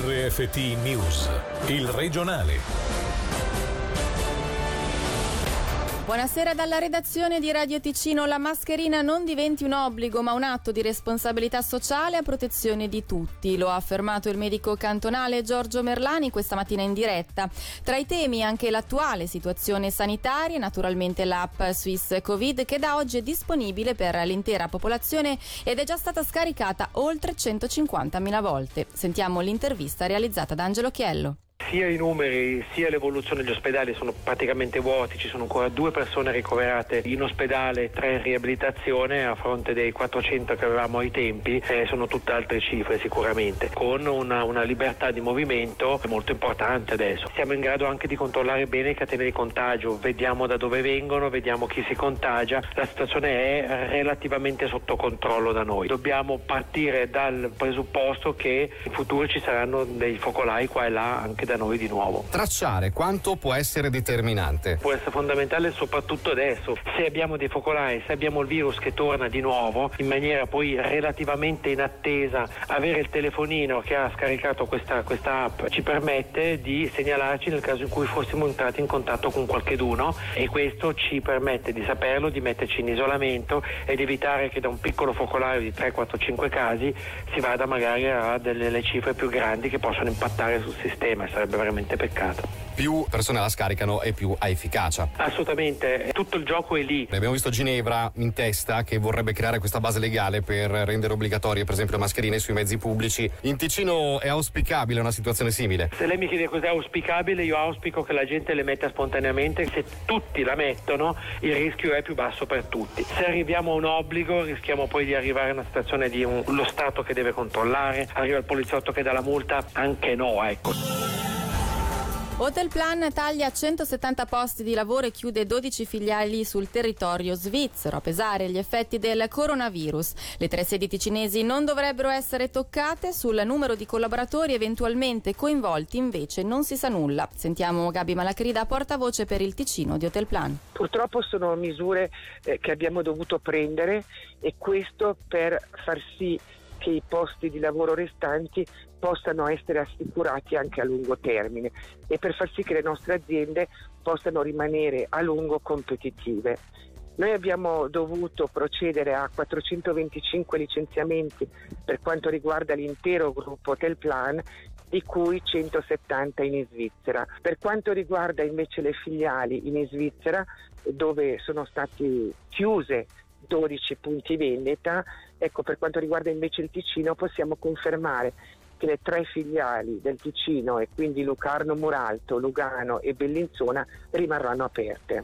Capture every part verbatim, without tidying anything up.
R F T News, il regionale. Buonasera dalla redazione di Radio Ticino. La mascherina non diventi un obbligo ma un atto di responsabilità sociale a protezione di tutti. Lo ha affermato il medico cantonale Giorgio Merlani questa mattina in diretta. Tra i temi anche l'attuale situazione sanitaria e naturalmente l'app Swiss Covid che da oggi è disponibile per l'intera popolazione ed è già stata scaricata oltre centocinquantamila volte. Sentiamo l'intervista realizzata da Angelo Chiello. Sia i numeri sia l'evoluzione degli ospedali sono praticamente vuoti, ci sono ancora due persone ricoverate in ospedale, tre in riabilitazione a fronte dei quattrocento che avevamo ai tempi, eh, sono tutte altre cifre sicuramente, con una, una libertà di movimento molto importante adesso. Siamo in grado anche di controllare bene le catene di contagio, vediamo da dove vengono, vediamo chi si contagia, la situazione è relativamente sotto controllo da noi. Dobbiamo partire dal presupposto che in futuro ci saranno dei focolai qua e là anche da noi di nuovo. Tracciare quanto può essere determinante? Può essere fondamentale soprattutto adesso. Se abbiamo dei focolai, se abbiamo il virus che torna di nuovo, in maniera poi relativamente inattesa, avere il telefonino che ha scaricato questa, questa app ci permette di segnalarci nel caso in cui fossimo entrati in contatto con qualcheduno e questo ci permette di saperlo, di metterci in isolamento ed evitare che da un piccolo focolaio di tre, quattro, cinque casi si vada magari a delle cifre più grandi che possono impattare sul sistema. Sarebbe veramente peccato. Più persone la scaricano e più ha efficacia. Assolutamente, tutto il gioco è lì. Abbiamo visto Ginevra in testa che vorrebbe creare questa base legale per rendere obbligatorie per esempio le mascherine sui mezzi pubblici. In Ticino è auspicabile una situazione simile? Se lei mi chiede cos'è auspicabile, io auspico che la gente le metta spontaneamente. Se tutti la mettono il rischio è più basso per tutti. Se arriviamo a un obbligo rischiamo poi di arrivare a una situazione di un, lo Stato che deve controllare, arriva il poliziotto che dà la multa, anche no, ecco. Hotelplan taglia centosettanta posti di lavoro e chiude dodici filiali sul territorio svizzero a pesare gli effetti del coronavirus. Le tre sedi ticinesi non dovrebbero essere toccate, sul numero di collaboratori eventualmente coinvolti invece non si sa nulla. Sentiamo Gabi Malacrida, portavoce per il Ticino di Hotelplan. Purtroppo sono misure eh, che abbiamo dovuto prendere e questo per far sì che i posti di lavoro restanti possano essere assicurati anche a lungo termine e per far sì che le nostre aziende possano rimanere a lungo competitive. Noi abbiamo dovuto procedere a quattrocentoventicinque licenziamenti per quanto riguarda l'intero gruppo Hotelplan, di cui centosettanta in Svizzera. Per quanto riguarda invece le filiali in Svizzera, dove sono stati chiuse dodici punti vendita, ecco, per quanto riguarda invece il Ticino possiamo confermare che le tre filiali del Ticino e quindi Lucarno Muralto, Lugano e Bellinzona rimarranno aperte.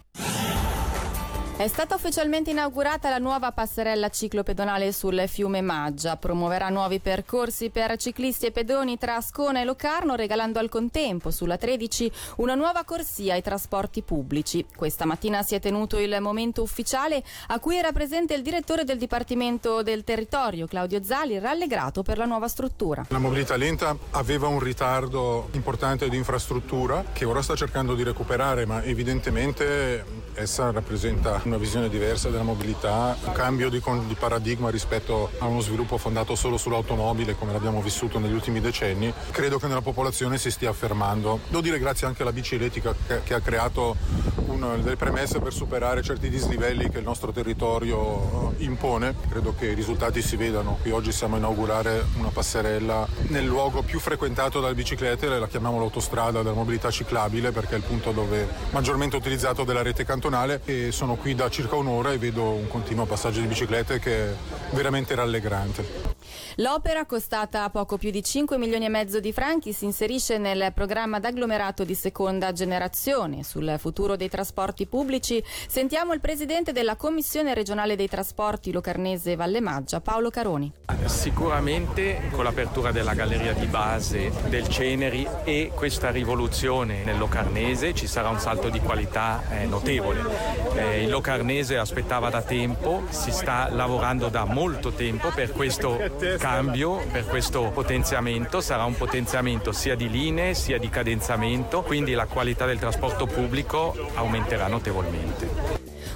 È stata ufficialmente inaugurata la nuova passerella ciclopedonale sul fiume Maggia. Promuoverà nuovi percorsi per ciclisti e pedoni tra Ascona e Locarno, regalando al contempo sulla tredici una nuova corsia ai trasporti pubblici. Questa mattina si è tenuto il momento ufficiale a cui era presente il direttore del Dipartimento del Territorio, Claudio Zali, rallegrato per la nuova struttura. La mobilità lenta aveva un ritardo importante di infrastruttura che ora sta cercando di recuperare, ma evidentemente essa rappresenta una visione diversa della mobilità, un cambio di, di paradigma rispetto a uno sviluppo fondato solo sull'automobile come l'abbiamo vissuto negli ultimi decenni. Credo che nella popolazione si stia affermando. Devo dire grazie anche alla bici elettrica che, che ha creato un, delle premesse per superare certi dislivelli che il nostro territorio impone. Credo che i risultati si vedano. Qui oggi siamo a inaugurare una passerella nel luogo più frequentato dalle biciclette, la chiamiamo l'autostrada della mobilità ciclabile perché è il punto dove maggiormente utilizzato della rete cantonale e sono qui da circa un'ora e vedo un continuo passaggio di biciclette che è veramente rallegrante. L'opera, costata poco più di cinque milioni e mezzo di franchi, si inserisce nel programma d'agglomerato di seconda generazione. Sul futuro dei trasporti pubblici sentiamo il presidente della Commissione regionale dei trasporti Locarnese Valle Maggia, Paolo Caroni. Sicuramente con l'apertura della galleria di base del Ceneri e questa rivoluzione nel Locarnese ci sarà un salto di qualità eh, notevole. Eh, il Locarnese aspettava da tempo, si sta lavorando da molto tempo per questo cambio, per questo potenziamento. Sarà un potenziamento sia di linee sia di cadenzamento, quindi la qualità del trasporto pubblico aumenterà notevolmente.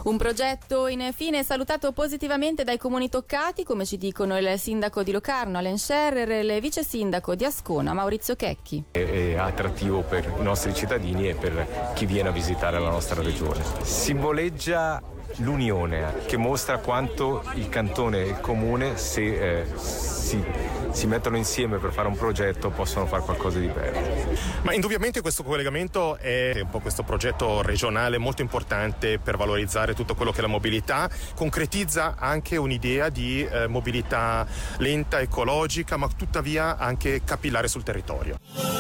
Un progetto infine salutato positivamente dai comuni toccati, come ci dicono il sindaco di Locarno Alain Scherrer e il vice sindaco di Ascona Maurizio Checchi. È, è attrattivo per i nostri cittadini e per chi viene a visitare la nostra regione. Simboleggia l'unione, che mostra quanto il cantone e il comune, se eh, si, si mettono insieme per fare un progetto, possono fare qualcosa di bello. Ma indubbiamente questo collegamento è un po' questo progetto regionale molto importante per valorizzare tutto quello che è la mobilità, concretizza anche un'idea di eh, mobilità lenta, ecologica, ma tuttavia anche capillare sul territorio.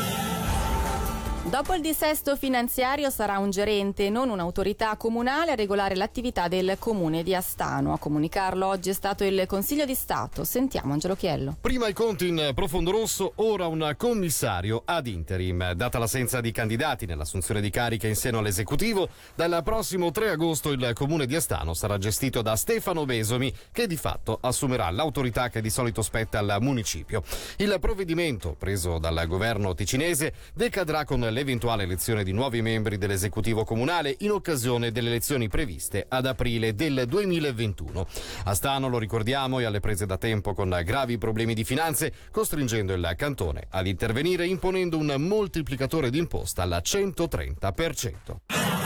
Dopo il dissesto finanziario sarà un gerente, non un'autorità comunale, a regolare l'attività del comune di Astano. A comunicarlo oggi è stato il Consiglio di Stato. Sentiamo Angelo Chiello. Prima i conti in profondo rosso, ora un commissario ad interim. Data l'assenza di candidati nell'assunzione di cariche in seno all'esecutivo, dal prossimo tre agosto il comune di Astano sarà gestito da Stefano Besomi, che di fatto assumerà l'autorità che di solito spetta al municipio. Il provvedimento preso dal governo ticinese decadrà con l'eventuale elezione di nuovi membri dell'esecutivo comunale in occasione delle elezioni previste ad aprile del duemilaventuno. Astano, lo ricordiamo, è alle prese da tempo con gravi problemi di finanze, costringendo il cantone ad intervenire imponendo un moltiplicatore d'imposta al centotrenta per cento.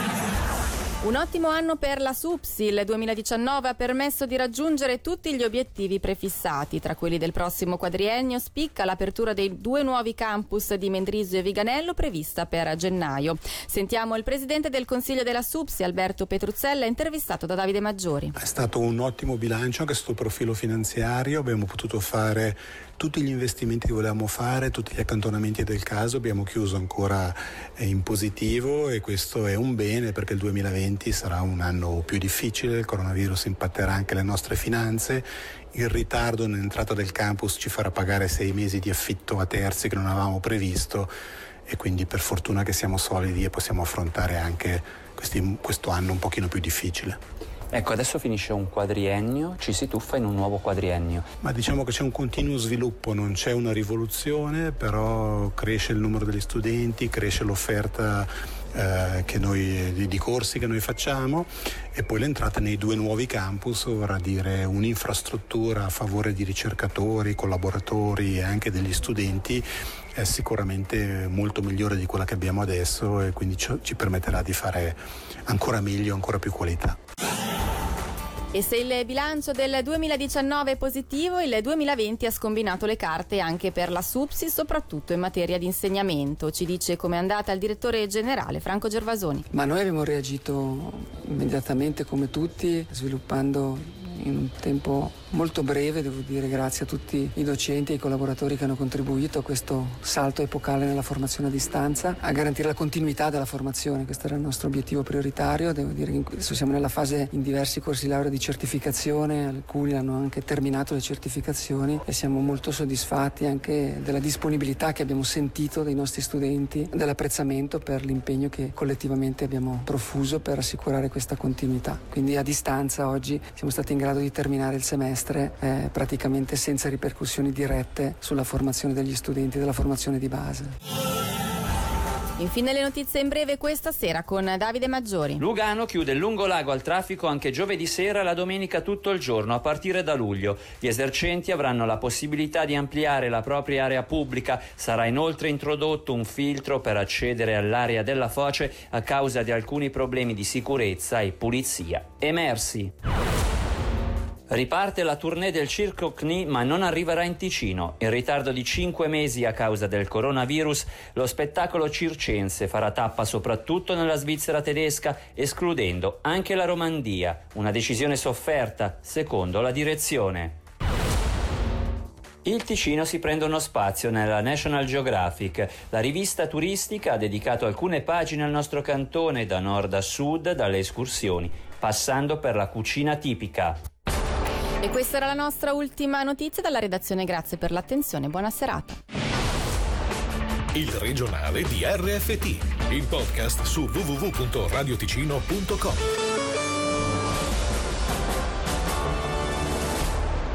Un ottimo anno per la SUPSI. Il duemiladiciannove ha permesso di raggiungere tutti gli obiettivi prefissati. Tra quelli del prossimo quadriennio spicca l'apertura dei due nuovi campus di Mendrisio e Viganello prevista per gennaio. Sentiamo il presidente del Consiglio della SUPSI, Alberto Petruzzella, intervistato da Davide Maggiori. È stato un ottimo bilancio anche sotto il profilo finanziario. Abbiamo potuto fare tutti gli investimenti che volevamo fare, tutti gli accantonamenti del caso, abbiamo chiuso ancora in positivo e questo è un bene perché il duemilaventi sarà un anno più difficile, il coronavirus impatterà anche le nostre finanze, il ritardo nell'entrata del campus ci farà pagare sei mesi di affitto a terzi che non avevamo previsto e quindi per fortuna che siamo solidi e possiamo affrontare anche questi, questo anno un pochino più difficile. Ecco, adesso finisce un quadriennio, ci si tuffa in un nuovo quadriennio. Ma diciamo che c'è un continuo sviluppo, non c'è una rivoluzione, però cresce il numero degli studenti, cresce l'offerta eh, che noi, di, di corsi che noi facciamo e poi l'entrata nei due nuovi campus vorrà dire un'infrastruttura a favore di ricercatori, collaboratori e anche degli studenti è sicuramente molto migliore di quella che abbiamo adesso e quindi ci, ci permetterà di fare ancora meglio, ancora più qualità. E se il bilancio del duemiladiciannove è positivo, il duemilaventi ha scombinato le carte anche per la SUPSI, soprattutto in materia di insegnamento. Ci dice com'è andata il direttore generale Franco Gervasoni. Ma noi abbiamo reagito immediatamente come tutti, sviluppando in un tempo molto breve, devo dire, grazie a tutti i docenti e i collaboratori che hanno contribuito a questo salto epocale nella formazione a distanza, a garantire la continuità della formazione. Questo era il nostro obiettivo prioritario. Devo dire che adesso siamo nella fase in diversi corsi laurea di certificazione, alcuni hanno anche terminato le certificazioni e siamo molto soddisfatti anche della disponibilità che abbiamo sentito dai nostri studenti, dell'apprezzamento per l'impegno che collettivamente abbiamo profuso per assicurare questa continuità. Quindi a distanza oggi siamo stati in grado di terminare il semestre eh, praticamente senza ripercussioni dirette sulla formazione degli studenti della formazione di base. Infine le notizie in breve questa sera con Davide Maggiori. Lugano chiude il lungolago al traffico anche giovedì sera e la domenica tutto il giorno a partire da luglio. Gli esercenti avranno la possibilità di ampliare la propria area pubblica. Sarà inoltre introdotto un filtro per accedere all'area della foce a causa di alcuni problemi di sicurezza e pulizia emersi. Riparte la tournée del Circo C N I, ma non arriverà in Ticino. In ritardo di cinque mesi a causa del coronavirus, lo spettacolo circense farà tappa soprattutto nella Svizzera tedesca, escludendo anche la Romandia. Una decisione sofferta, secondo la direzione. Il Ticino si prende uno spazio nella National Geographic. La rivista turistica ha dedicato alcune pagine al nostro cantone da nord a sud, dalle escursioni, passando per la cucina tipica. E questa era la nostra ultima notizia dalla redazione. Grazie per l'attenzione, buona serata. Il regionale di R F T, il podcast su w w w punto radioticino punto com.